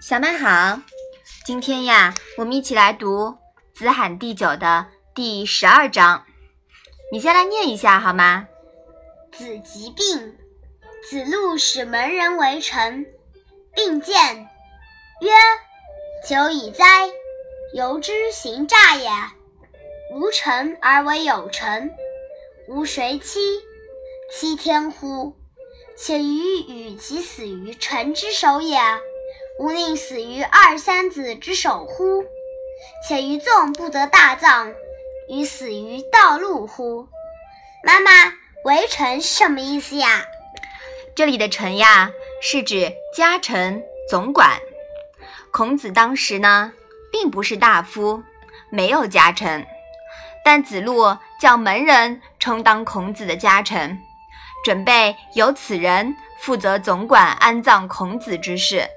小麦好，今天呀，我们一起来读子罕第9的第12章。你先来念一下好吗？ 子疾病，子路使门人为臣，并见，曰：久矣哉！由之行诈也。无臣而为有臣，吾谁欺？欺天乎！且余与其死于臣之手也，吾宁死于二三子之手乎？且余纵不得大葬，于死于道路乎？妈妈，为臣是什么意思呀？ 这里的臣呀，是指家臣、总管。孔子当时呢，并不是大夫，没有家臣，但子路叫门人充当孔子的家臣，准备由此人负责总管安葬孔子之事。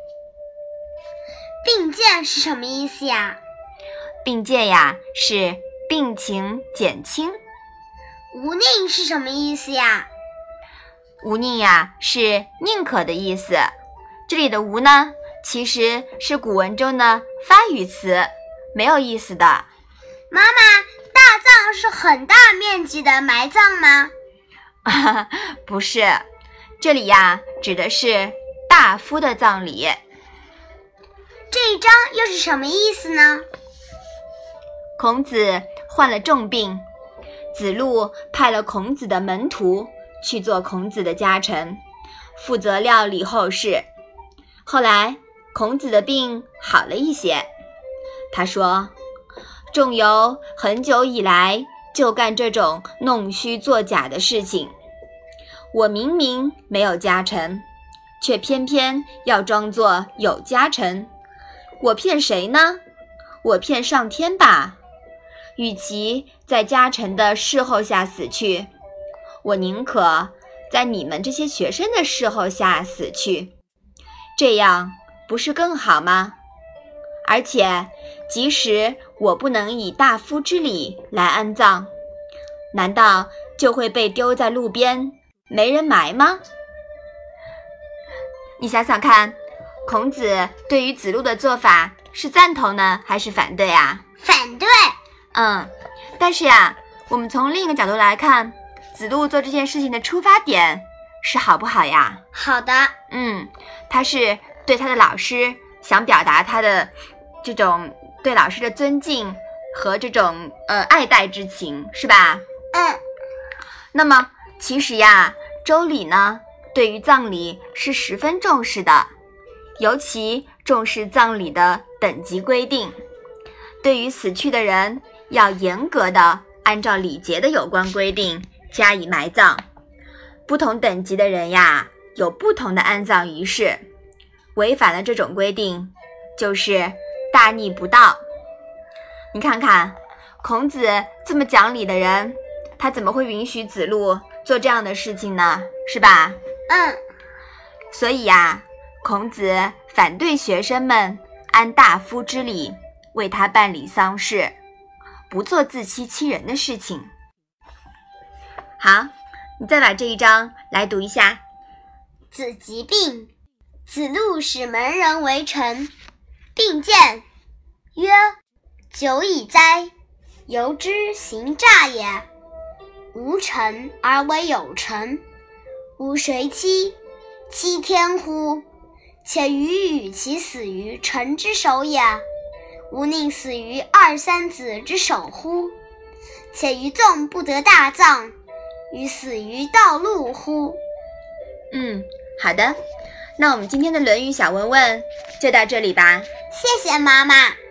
并见是什么意思呀？ 并见呀，是病情减轻。 无宁是什么意思呀？ 无宁呀，是宁可的意思。这里的无呢，其实是古文中的发语词，没有意思的。 妈妈，大葬是很大面积的埋葬吗？ 不是，这里呀，指的是大夫的葬礼。 这一章又是什么意思呢？ 孔子患了重病，子路派了孔子的门徒去做孔子的家臣，负责料理后事。后来孔子的病好了一些，他说：仲由很久以来就干这种弄虚作假的事情，我明明没有家臣，却偏偏要装作有家臣，我骗谁呢？我骗上天吧。与其在家臣的侍候下死去，我宁可在你们这些学生的侍候下死去，这样不是更好吗？而且即使我不能以大夫之礼来安葬，难道就会被丢在路边没人埋吗？你想想看，孔子对于子路的做法是赞同呢，还是反对啊？ 反对。 但是呀，我们从另一个角度来看，子路做这件事情的出发点是好不好呀？ 好的。 他是对他的老师想表达他的这种对老师的尊敬和这种爱戴之情，是吧？那么其实呀，周礼呢对于葬礼是十分重视的，尤其重视葬礼的等级规定，对于死去的人要严格的按照礼节的有关规定加以埋葬。不同等级的人呀，有不同的安葬仪式，违反了这种规定就是大逆不道。你看看孔子这么讲理的人，他怎么会允许子路做这样的事情呢？是吧？所以呀，孔子反对学生们按大夫之礼为他办理丧事，不做自欺欺人的事情。好，你再把这一章来读一下。 子疾病，子路使门人为臣，并见，曰：久矣哉！由之行诈也。无臣而为有臣，吾谁欺？欺天乎！且余与其死于臣之手也，吾宁死于二三子之手乎？且余纵不得大葬，于死于道路乎？ 好的，那我们今天的《论语》小问问就到这里吧。 谢谢妈妈。